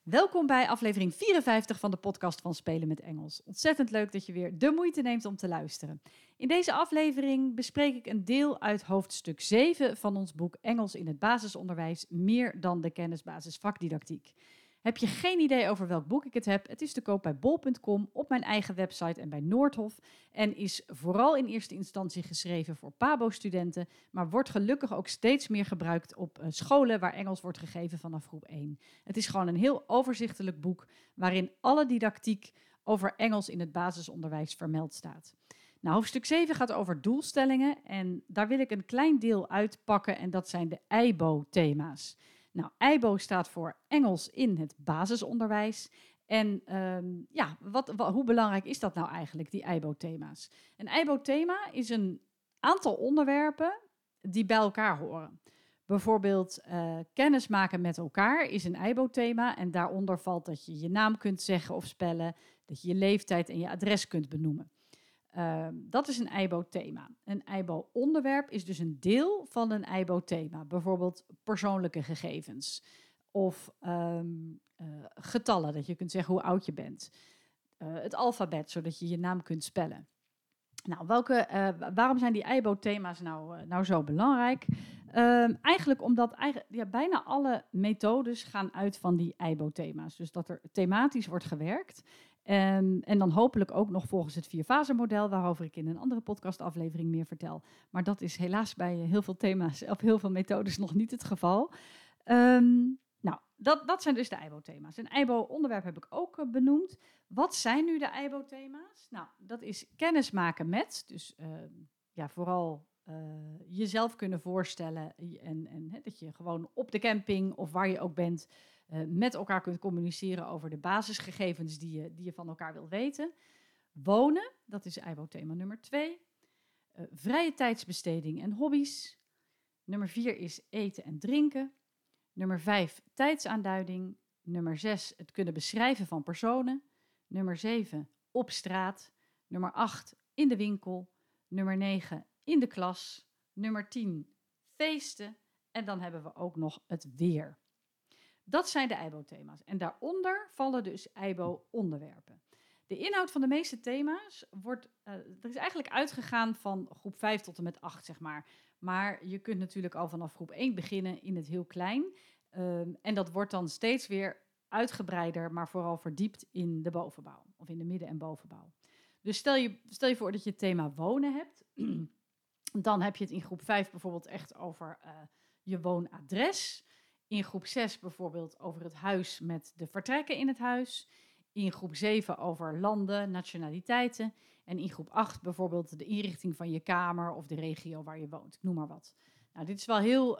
Welkom bij aflevering 54 van de podcast van Spelen met Engels. Ontzettend leuk dat je weer de moeite neemt om te luisteren. In deze aflevering bespreek ik een deel uit hoofdstuk 7 van ons boek Engels in het basisonderwijs, meer dan de kennisbasis vakdidactiek. Heb je geen idee over welk boek ik het heb? Het is te koop bij bol.com, op mijn eigen website en bij Noordhof. En is vooral in eerste instantie geschreven voor PABO-studenten, maar wordt gelukkig ook steeds meer gebruikt op scholen waar Engels wordt gegeven vanaf groep 1. Het is gewoon een heel overzichtelijk boek waarin alle didactiek over Engels in het basisonderwijs vermeld staat. Nou, hoofdstuk 7 gaat over doelstellingen en daar wil ik een klein deel uitpakken en dat zijn de EIBO-thema's. Nou, EIBO staat voor Engels in het basisonderwijs. En hoe belangrijk is dat nou eigenlijk, die EIBO-thema's? Een EIBO-thema is een aantal onderwerpen die bij elkaar horen. Bijvoorbeeld kennis maken met elkaar is een EIBO-thema. En daaronder valt dat je je naam kunt zeggen of spellen, dat je je leeftijd en je adres kunt benoemen. Dat is een EIBO-thema. Een EIBO-onderwerp is dus een deel van een EIBO-thema. Bijvoorbeeld persoonlijke gegevens of getallen, dat je kunt zeggen hoe oud je bent. Het alfabet, zodat je je naam kunt spellen. Nou, waarom zijn die EIBO-thema's nou zo belangrijk? Eigenlijk omdat bijna alle methodes gaan uit van die EIBO-thema's. Dus dat er thematisch wordt gewerkt. En dan hopelijk ook nog volgens het 4-fase-model, waarover ik in een andere podcastaflevering meer vertel. Maar dat is helaas bij heel veel thema's of heel veel methodes nog niet het geval. Dat zijn dus de EIBO-thema's. Een EIBO-onderwerp heb ik ook benoemd. Wat zijn nu de EIBO-thema's? Nou, dat is kennis maken met. Dus vooral jezelf kunnen voorstellen. En dat je gewoon op de camping of waar je ook bent met elkaar kunt communiceren over de basisgegevens die je van elkaar wil weten. Wonen, dat is EIBO-thema nummer 2. Vrije tijdsbesteding en hobby's. Nummer 4 is eten en drinken. Nummer 5, tijdsaanduiding. Nummer 6, het kunnen beschrijven van personen. Nummer 7, op straat. Nummer 8, in de winkel. Nummer 9, in de klas. Nummer 10, feesten. En dan hebben we ook nog het weer. Dat zijn de EIBO-thema's. En daaronder vallen dus EIBO-onderwerpen. De inhoud van de meeste thema's er is eigenlijk uitgegaan van groep 5 tot en met 8, zeg maar. Maar je kunt natuurlijk al vanaf groep 1 beginnen in het heel klein. En dat wordt dan steeds weer uitgebreider, maar vooral verdiept in de bovenbouw. Of in de midden- en bovenbouw. Dus stel je voor dat je het thema wonen hebt. Dan heb je het in groep 5 bijvoorbeeld echt over je woonadres. In groep 6 bijvoorbeeld over het huis met de vertrekken in het huis. In groep 7 over landen, nationaliteiten. En in groep 8 bijvoorbeeld de inrichting van je kamer of de regio waar je woont. Ik noem maar wat. Nou, dit is wel heel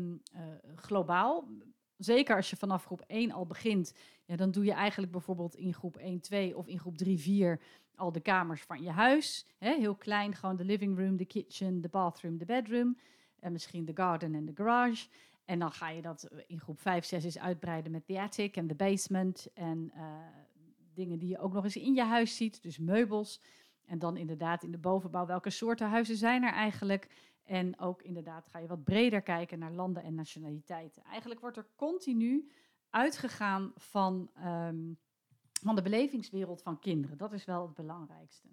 globaal. Zeker als je vanaf groep 1 al begint. Ja, dan doe je eigenlijk bijvoorbeeld in groep 1, 2 of in groep 3, 4 al de kamers van je huis. Heel klein, gewoon de living room, de kitchen, de bathroom, de bedroom. En misschien de garden en de garage. En dan ga je dat in groep 5, 6 eens uitbreiden met de attic en de basement. En dingen die je ook nog eens in je huis ziet, dus meubels. En dan inderdaad in de bovenbouw, welke soorten huizen zijn er eigenlijk? En ook inderdaad ga je wat breder kijken naar landen en nationaliteiten. Eigenlijk wordt er continu uitgegaan van de belevingswereld van kinderen. Dat is wel het belangrijkste.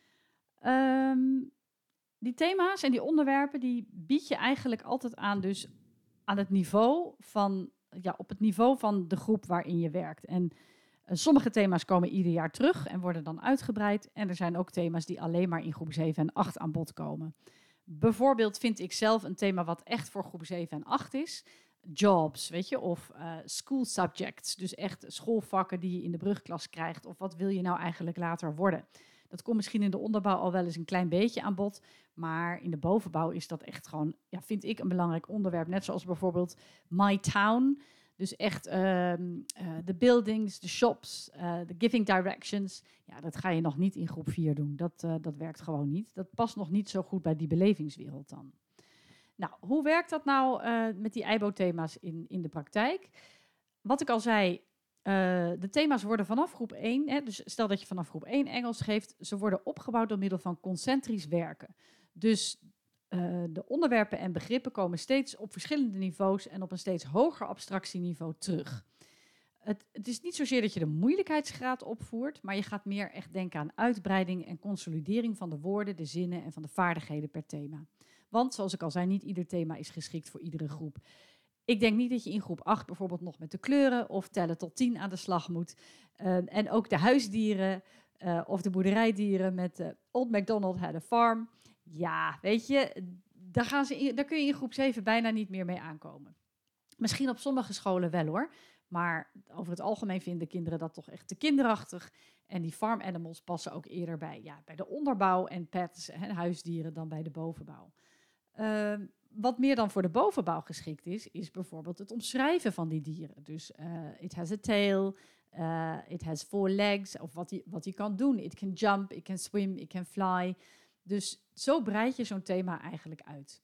Die thema's en die onderwerpen, die bied je eigenlijk altijd aan, dus aan het niveau op het niveau van de groep waarin je werkt. En sommige thema's komen ieder jaar terug en worden dan uitgebreid. En er zijn ook thema's die alleen maar in groep 7 en 8 aan bod komen. Bijvoorbeeld vind ik zelf een thema wat echt voor groep 7 en 8 is. Jobs, weet je, of school subjects. Dus echt schoolvakken die je in de brugklas krijgt. Of wat wil je nou eigenlijk later worden? Dat komt misschien in de onderbouw al wel eens een klein beetje aan bod. Maar in de bovenbouw is dat echt gewoon, vind ik, een belangrijk onderwerp. Net zoals bijvoorbeeld My Town. Dus echt de buildings, de shops, de giving directions. Ja, dat ga je nog niet in groep 4 doen. Dat werkt gewoon niet. Dat past nog niet zo goed bij die belevingswereld dan. Nou, hoe werkt dat nou met die EIBO-thema's in de praktijk? Wat ik al zei, de thema's worden vanaf groep 1, dus stel dat je vanaf groep 1 Engels geeft, ze worden opgebouwd door middel van concentrisch werken. Dus de onderwerpen en begrippen komen steeds op verschillende niveaus en op een steeds hoger abstractieniveau terug. Het is niet zozeer dat je de moeilijkheidsgraad opvoert, maar je gaat meer echt denken aan uitbreiding en consolidering van de woorden, de zinnen en van de vaardigheden per thema. Want, zoals ik al zei, niet ieder thema is geschikt voor iedere groep. Ik denk niet dat je in groep 8 bijvoorbeeld nog met de kleuren of tellen tot 10 aan de slag moet. En ook de huisdieren of de boerderijdieren met Old MacDonald had a farm. Ja, weet je, daar kun je in groep 7 bijna niet meer mee aankomen. Misschien op sommige scholen wel hoor. Maar over het algemeen vinden kinderen dat toch echt te kinderachtig. En die farm animals passen ook eerder bij de onderbouw en pets en huisdieren dan bij de bovenbouw. Wat meer dan voor de bovenbouw geschikt is bijvoorbeeld het omschrijven van die dieren. Dus it has a tail, it has 4 legs, of wat hij kan doen. It can jump, it can swim, it can fly. Dus zo breid je zo'n thema eigenlijk uit.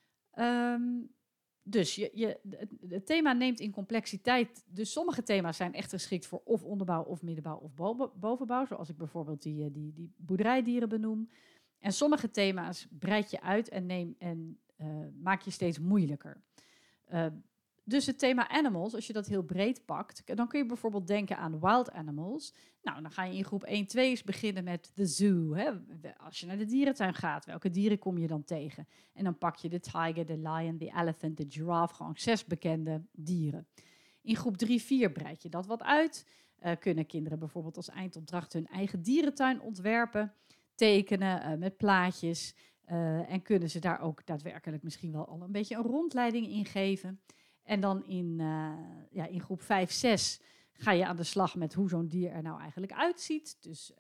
Dus het thema neemt in complexiteit. Dus sommige thema's zijn echt geschikt voor of onderbouw of middenbouw of bovenbouw. Zoals ik bijvoorbeeld die boerderijdieren benoem. En sommige thema's breid je uit en maak je steeds moeilijker. Dus het thema animals, als je dat heel breed pakt, dan kun je bijvoorbeeld denken aan wild animals. Nou, dan ga je in groep 1, 2 eens beginnen met de zoo. Hè? Als je naar de dierentuin gaat, welke dieren kom je dan tegen? En dan pak je de tiger, de lion, de elephant, de giraffe, gewoon 6 bekende dieren. In groep 3, 4 breid je dat wat uit. Kunnen kinderen bijvoorbeeld als eindopdracht hun eigen dierentuin ontwerpen, tekenen met plaatjes. En kunnen ze daar ook daadwerkelijk misschien wel al een beetje een rondleiding in geven. En dan in groep 5, 6 ga je aan de slag met hoe zo'n dier er nou eigenlijk uitziet. Dus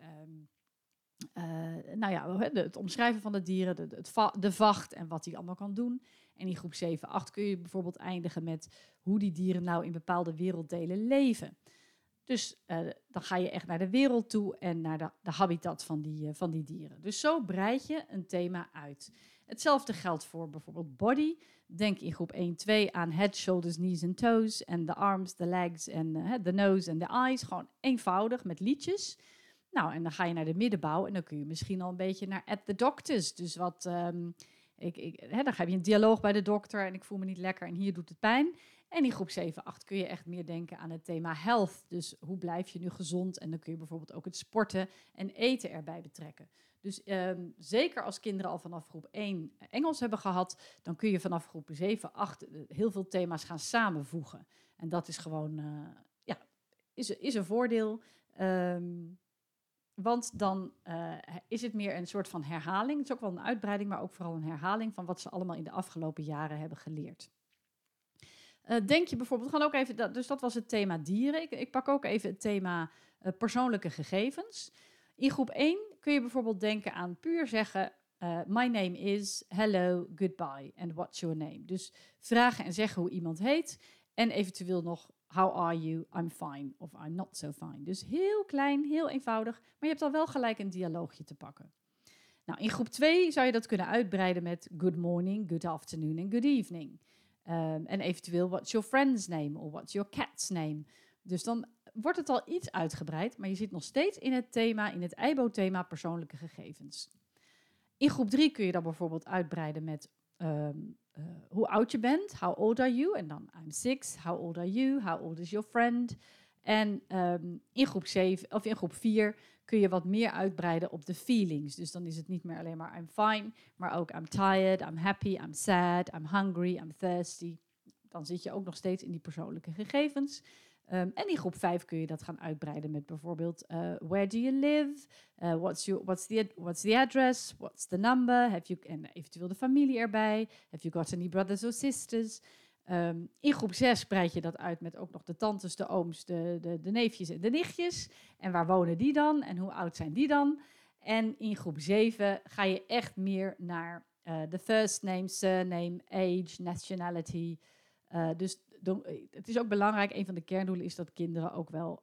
het omschrijven van de dieren, de vacht en wat die allemaal kan doen. En in groep 7, 8 kun je bijvoorbeeld eindigen met hoe die dieren nou in bepaalde werelddelen leven. Dus dan ga je echt naar de wereld toe en naar de habitat van die dieren. Dus zo breid je een thema uit. Hetzelfde geldt voor bijvoorbeeld body. Denk in groep 1, 2 aan head, shoulders, knees en toes. En de arms, de legs en de nose en de eyes. Gewoon eenvoudig met liedjes. Nou, en dan ga je naar de middenbouw en dan kun je misschien al een beetje naar at the doctors. Dus dan heb je een dialoog bij de dokter en ik voel me niet lekker en hier doet het pijn. En in groep 7, 8 kun je echt meer denken aan het thema health. Dus hoe blijf je nu gezond? En dan kun je bijvoorbeeld ook het sporten en eten erbij betrekken. Dus zeker als kinderen al vanaf groep 1 Engels hebben gehad, dan kun je vanaf groep 7, 8 heel veel thema's gaan samenvoegen. En dat is gewoon, is een voordeel. Want dan is het meer een soort van herhaling. Het is ook wel een uitbreiding, maar ook vooral een herhaling van wat ze allemaal in de afgelopen jaren hebben geleerd. Denk je bijvoorbeeld, we gaan ook even, dus dat was het thema dieren. Ik pak ook even het thema persoonlijke gegevens. In groep 1 kun je bijvoorbeeld denken aan puur zeggen, my name is, hello, goodbye, and what's your name? Dus vragen en zeggen hoe iemand heet en eventueel nog, how are you, I'm fine of I'm not so fine. Dus heel klein, heel eenvoudig, maar je hebt al wel gelijk een dialoogje te pakken. Nou, in groep 2 zou je dat kunnen uitbreiden met good morning, good afternoon en good evening. En eventueel, what's your friend's name or what's your cat's name? Dus dan wordt het al iets uitgebreid, maar je zit nog steeds in het thema, in het EIBO-thema persoonlijke gegevens. In groep 3 kun je dat bijvoorbeeld uitbreiden met hoe oud je bent, how old are you? En dan I'm 6, how old are you? How old is your friend? En in groep 4 kun je wat meer uitbreiden op de feelings. Dus dan is het niet meer alleen maar I'm fine, maar ook I'm tired, I'm happy, I'm sad, I'm hungry, I'm thirsty. Dan zit je ook nog steeds in die persoonlijke gegevens. En in groep 5 kun je dat gaan uitbreiden met bijvoorbeeld where do you live? What's the address? What's the number? En eventueel de familie erbij. Have you got any brothers or sisters? In groep 6 breid je dat uit met ook nog de tantes, de ooms, de neefjes en de nichtjes. En waar wonen die dan? En hoe oud zijn die dan? En in groep 7 ga je echt meer naar de first name, surname, age, nationality. Dus het is ook belangrijk, een van de kerndoelen is dat kinderen ook wel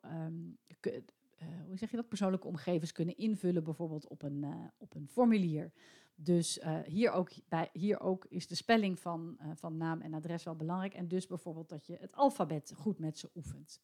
persoonlijke omgevens kunnen invullen, bijvoorbeeld op een formulier. Dus hier ook is de spelling van naam en adres wel belangrijk. En dus bijvoorbeeld dat je het alfabet goed met ze oefent.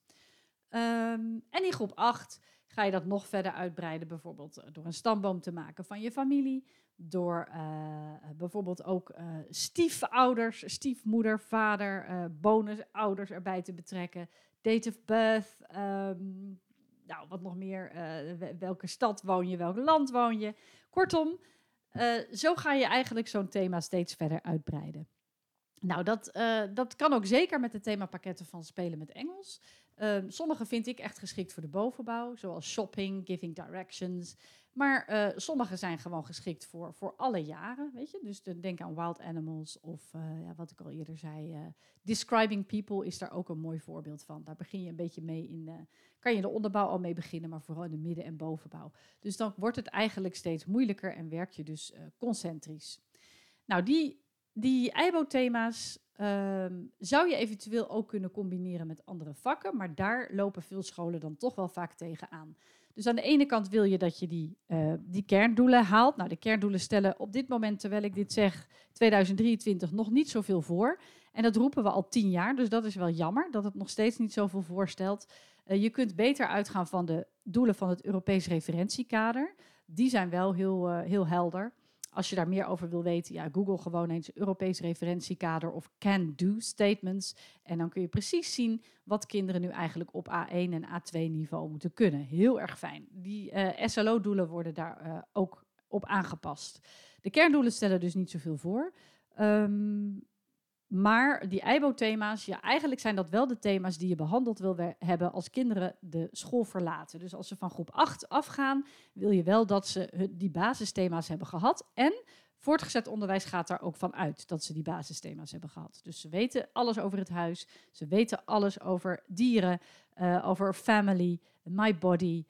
En in groep 8 ga je dat nog verder uitbreiden. Bijvoorbeeld door een stamboom te maken van je familie. Door bijvoorbeeld ook stiefouders, stiefmoeder, vader, bonusouders erbij te betrekken. date of birth, nou, wat nog meer, welke stad woon je, welk land woon je. Kortom, zo ga je eigenlijk zo'n thema steeds verder uitbreiden. Nou, dat kan ook zeker met de themapakketten van Spelen met Engels. Sommige vind ik echt geschikt voor de bovenbouw, zoals shopping, giving directions. Maar sommige zijn gewoon geschikt voor alle jaren, weet je. Dus denk aan wild animals of wat ik al eerder zei, describing people is daar ook een mooi voorbeeld van. Daar begin je een beetje mee kan je de onderbouw al mee beginnen, maar vooral in de midden- en bovenbouw. Dus dan wordt het eigenlijk steeds moeilijker en werk je dus concentrisch. Nou, die EIBO-thema's zou je eventueel ook kunnen combineren met andere vakken, maar daar lopen veel scholen dan toch wel vaak tegenaan. Dus aan de ene kant wil je dat je die kerndoelen haalt. Nou, de kerndoelen stellen op dit moment, terwijl ik dit zeg, 2023 nog niet zoveel voor. En dat roepen we al 10 jaar, dus dat is wel jammer dat het nog steeds niet zoveel voorstelt. Je kunt beter uitgaan van de doelen van het Europees referentiekader. Die zijn wel heel helder. Als je daar meer over wil weten, ja, Google gewoon eens Europees referentiekader of can-do statements. En dan kun je precies zien wat kinderen nu eigenlijk op A1 en A2 niveau moeten kunnen. Heel erg fijn. Die SLO-doelen worden daar ook op aangepast. De kerndoelen stellen dus niet zoveel voor. Maar die EIBO-thema's, ja, eigenlijk zijn dat wel de thema's die je behandeld wil hebben als kinderen de school verlaten. Dus als ze van groep 8 afgaan, wil je wel dat ze die basisthema's hebben gehad. En voortgezet onderwijs gaat daar ook van uit dat ze die basisthema's hebben gehad. Dus ze weten alles over het huis, ze weten alles over dieren, over family, my body,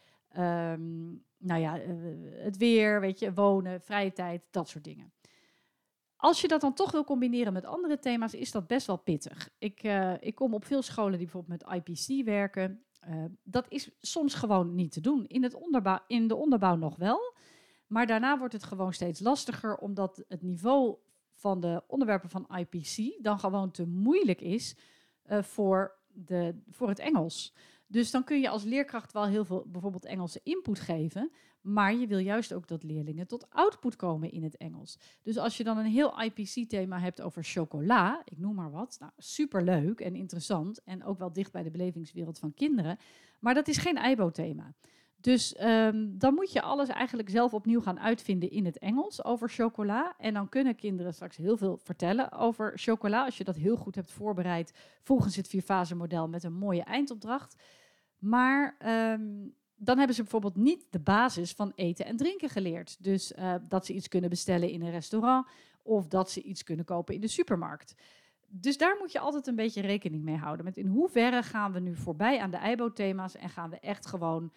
het weer, weet je, wonen, vrije tijd, dat soort dingen. Als je dat dan toch wil combineren met andere thema's, is dat best wel pittig. Ik kom op veel scholen die bijvoorbeeld met IPC werken. Dat is soms gewoon niet te doen. In de onderbouw nog wel. Maar daarna wordt het gewoon steeds lastiger, omdat het niveau van de onderwerpen van IPC dan gewoon te moeilijk is voor het Engels. Dus dan kun je als leerkracht wel heel veel bijvoorbeeld Engelse input geven, maar je wil juist ook dat leerlingen tot output komen in het Engels. Dus als je dan een heel IPC-thema hebt over chocola, ik noem maar wat, nou, superleuk en interessant en ook wel dicht bij de belevingswereld van kinderen, maar dat is geen EIBO-thema. Dus dan moet je alles eigenlijk zelf opnieuw gaan uitvinden in het Engels over chocola. En dan kunnen kinderen straks heel veel vertellen over chocola, als je dat heel goed hebt voorbereid volgens het 4-fase-model met een mooie eindopdracht. Maar dan hebben ze bijvoorbeeld niet de basis van eten en drinken geleerd. Dus dat ze iets kunnen bestellen in een restaurant of dat ze iets kunnen kopen in de supermarkt. Dus daar moet je altijd een beetje rekening mee houden. Met in hoeverre gaan we nu voorbij aan de EIBO-thema's en gaan we echt gewoon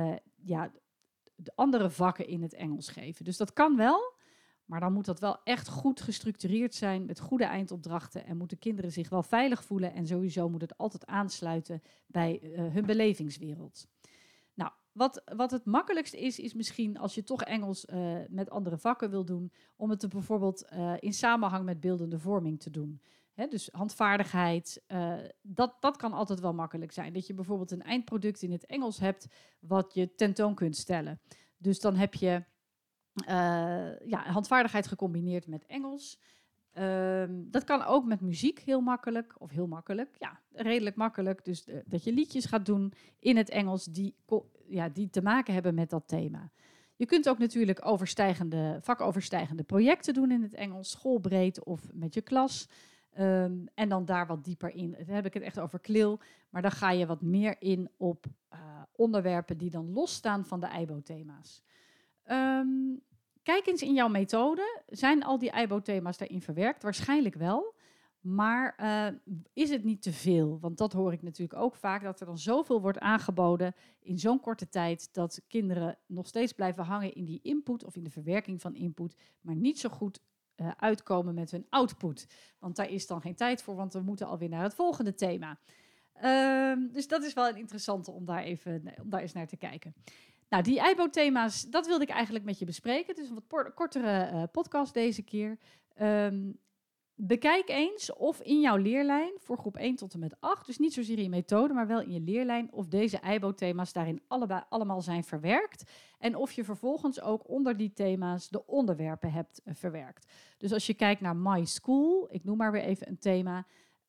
de andere vakken in het Engels geven. Dus dat kan wel, maar dan moet dat wel echt goed gestructureerd zijn met goede eindopdrachten en moeten kinderen zich wel veilig voelen en sowieso moet het altijd aansluiten bij hun belevingswereld. Nou, wat het makkelijkst is misschien als je toch Engels met andere vakken wil doen, om het bijvoorbeeld in samenhang met beeldende vorming te doen. Dus handvaardigheid, dat kan altijd wel makkelijk zijn. Dat je bijvoorbeeld een eindproduct in het Engels hebt wat je tentoon kunt stellen. Dus dan heb je handvaardigheid gecombineerd met Engels. Dat kan ook met muziek heel makkelijk. Of heel makkelijk, ja, redelijk makkelijk. Dus dat je liedjes gaat doen in het Engels die te maken hebben met dat thema. Je kunt ook natuurlijk vakoverstijgende projecten doen in het Engels, schoolbreed of met je klas. En dan daar wat dieper in. Dan heb ik het echt over KLIL. Maar dan ga je wat meer in op onderwerpen die dan losstaan van de EIBO-thema's. Kijk eens in jouw methode. Zijn al die EIBO-thema's daarin verwerkt? Waarschijnlijk wel. Maar is het niet te veel? Want dat hoor ik natuurlijk ook vaak. Dat er dan zoveel wordt aangeboden in zo'n korte tijd. Dat kinderen nog steeds blijven hangen in die input of in de verwerking van input. Maar niet zo goed uitkomen met hun output. Want daar is dan geen tijd voor, want we moeten alweer naar het volgende thema. Dus dat is wel een interessante om daar eens naar te kijken. Nou, die EIBO-thema's, dat wilde ik eigenlijk met je bespreken. Het is een wat kortere podcast deze keer. Bekijk eens of in jouw leerlijn voor groep 1 tot en met 8, dus niet zozeer in je methode, maar wel in je leerlijn, of deze EIBO-thema's daarin allemaal zijn verwerkt. En of je vervolgens ook onder die thema's de onderwerpen hebt verwerkt. Dus als je kijkt naar My School, ik noem maar weer even een thema,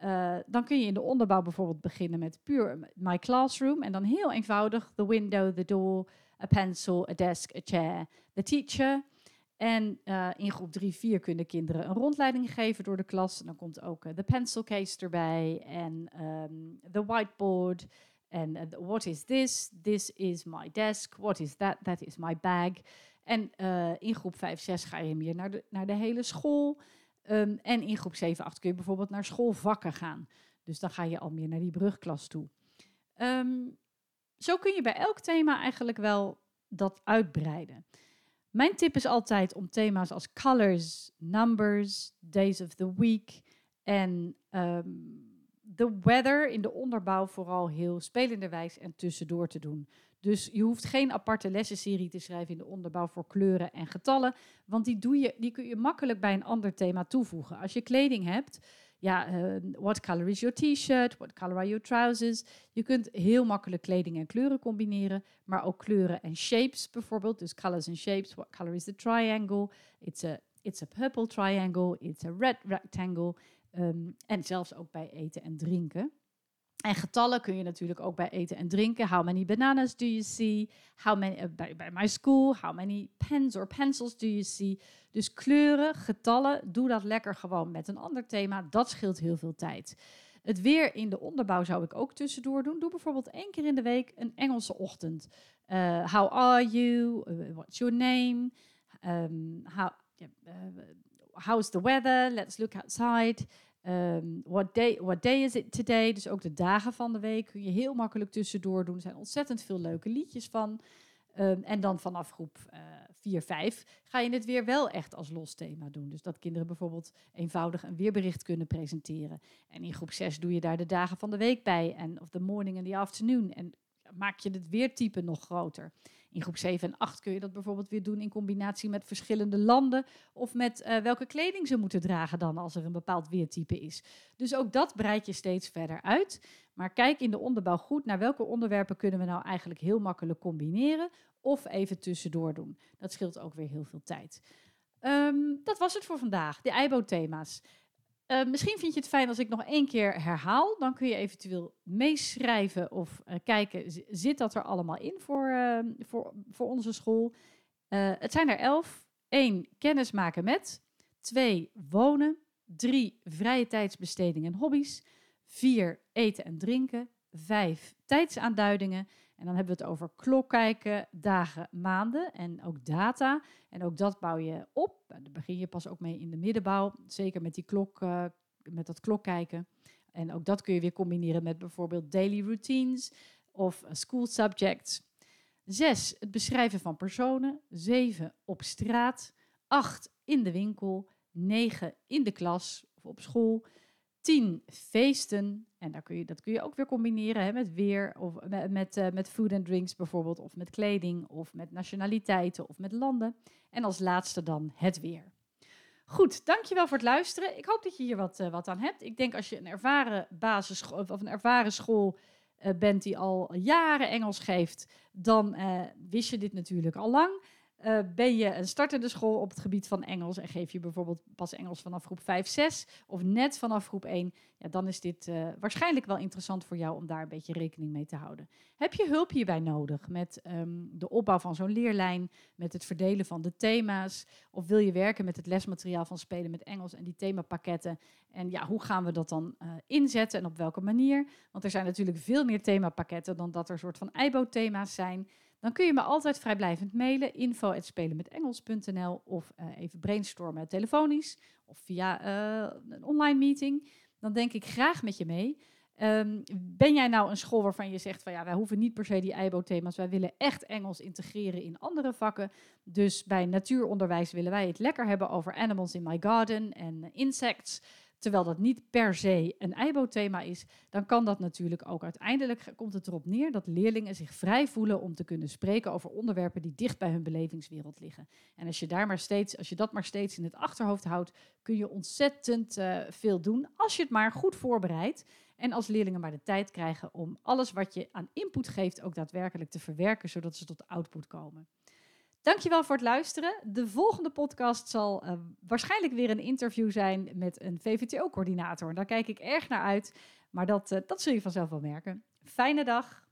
dan kun je in de onderbouw bijvoorbeeld beginnen met puur my classroom. En dan heel eenvoudig, the window, the door, a pencil, a desk, a chair, the teacher. En in groep 3, 4 kunnen kinderen een rondleiding geven door de klas. En dan komt ook de pencil case erbij en the whiteboard. En what is this? This is my desk. What is that? That is my bag. En in groep 5, 6 ga je meer naar de hele school. En in groep 7, 8 kun je bijvoorbeeld naar schoolvakken gaan. Dus dan ga je al meer naar die brugklas toe. Zo kun je bij elk thema eigenlijk wel dat uitbreiden. Mijn tip is altijd om thema's als colors, numbers, days of the week en the weather in de onderbouw vooral heel spelenderwijs en tussendoor te doen. Dus je hoeft geen aparte lessenserie te schrijven in de onderbouw voor kleuren en getallen, want die kun je makkelijk bij een ander thema toevoegen. Als je kleding hebt, what color is your t-shirt? What color are your trousers? Je kunt heel makkelijk kleding en kleuren combineren, maar ook kleuren en shapes bijvoorbeeld. Dus colors and shapes. What color is the triangle? It's a purple triangle. It's a red rectangle. En zelfs ook bij eten en drinken. En getallen kun je natuurlijk ook bij eten en drinken. How many bananas do you see? How many, bij my school, how many pens or pencils do you see? Dus kleuren, getallen, doe dat lekker gewoon met een ander thema. Dat scheelt heel veel tijd. Het weer in de onderbouw zou ik ook tussendoor doen. Doe bijvoorbeeld 1 keer in de week een Engelse ochtend. How are you? What's your name? How's the weather? Let's look outside. What day is it today? Dus ook de dagen van de week kun je heel makkelijk tussendoor doen. Er zijn ontzettend veel leuke liedjes van. En dan vanaf groep 4, 5 ga je het weer wel echt als los thema doen. Dus dat kinderen bijvoorbeeld eenvoudig een weerbericht kunnen presenteren. En in groep 6 doe je daar de dagen van de week bij. En of the morning and the afternoon. En maak je het weertype nog groter. In groep 7 en 8 kun je dat bijvoorbeeld weer doen in combinatie met verschillende landen. Of met welke kleding ze moeten dragen dan als er een bepaald weertype is. Dus ook dat breid je steeds verder uit. Maar kijk in de onderbouw goed naar welke onderwerpen kunnen we nou eigenlijk heel makkelijk combineren. Of even tussendoor doen. Dat scheelt ook weer heel veel tijd. Dat was het voor vandaag, de EIBO-thema's. Misschien vind je het fijn als ik nog 1 keer herhaal. Dan kun je eventueel meeschrijven of kijken, zit dat er allemaal in voor onze school? Het zijn er 11. 1, kennis maken met. 2, wonen. 3, vrije tijdsbesteding en hobby's. 4, eten en drinken. 5, tijdsaanduidingen. En dan hebben we het over klok kijken, dagen, maanden en ook data. En ook dat bouw je op. Daar begin je pas ook mee in de middenbouw. Zeker met die klok, met dat klok kijken. En ook dat kun je weer combineren met bijvoorbeeld daily routines of school subjects. 6, het beschrijven van personen. 7, op straat. 8, in de winkel. 9, in de klas of op school. 10, feesten. En dat kun je ook weer combineren met weer of met food and drinks bijvoorbeeld. Of met kleding of met nationaliteiten of met landen. En als laatste dan het weer. Goed, dankjewel voor het luisteren. Ik hoop dat je hier wat aan hebt. Ik denk als je een ervaren basisschool of een ervaren school bent die al jaren Engels geeft, dan wist je dit natuurlijk al lang. Ben je een startende school op het gebied van Engels en geef je bijvoorbeeld pas Engels vanaf groep 5, 6 of net vanaf groep 1, ja, dan is dit waarschijnlijk wel interessant voor jou om daar een beetje rekening mee te houden. Heb je hulp hierbij nodig met de opbouw van zo'n leerlijn, met het verdelen van de thema's, of wil je werken met het lesmateriaal van Spelen met Engels en die themapakketten? En ja, hoe gaan we dat dan inzetten en op welke manier? Want er zijn natuurlijk veel meer themapakketten dan dat er soort van EIBO-thema's zijn. Dan kun je me altijd vrijblijvend mailen, info@spelenmetengels.nl of even brainstormen telefonisch of via een online meeting. Dan denk ik graag met je mee. Ben jij nou een school waarvan je zegt van ja, wij hoeven niet per se die EIBO-thema's, wij willen echt Engels integreren in andere vakken. Dus bij natuuronderwijs willen wij het lekker hebben over animals in my garden en insects. Terwijl dat niet per se een EIBO-thema is, dan kan dat natuurlijk ook uiteindelijk, komt het erop neer dat leerlingen zich vrij voelen om te kunnen spreken over onderwerpen die dicht bij hun belevingswereld liggen. En als je dat maar steeds in het achterhoofd houdt, kun je ontzettend veel doen als je het maar goed voorbereidt. En als leerlingen maar de tijd krijgen om alles wat je aan input geeft ook daadwerkelijk te verwerken, zodat ze tot output komen. Dankjewel voor het luisteren. De volgende podcast zal waarschijnlijk weer een interview zijn met een VVTO-coördinator. Daar kijk ik erg naar uit, maar dat zul je vanzelf wel merken. Fijne dag.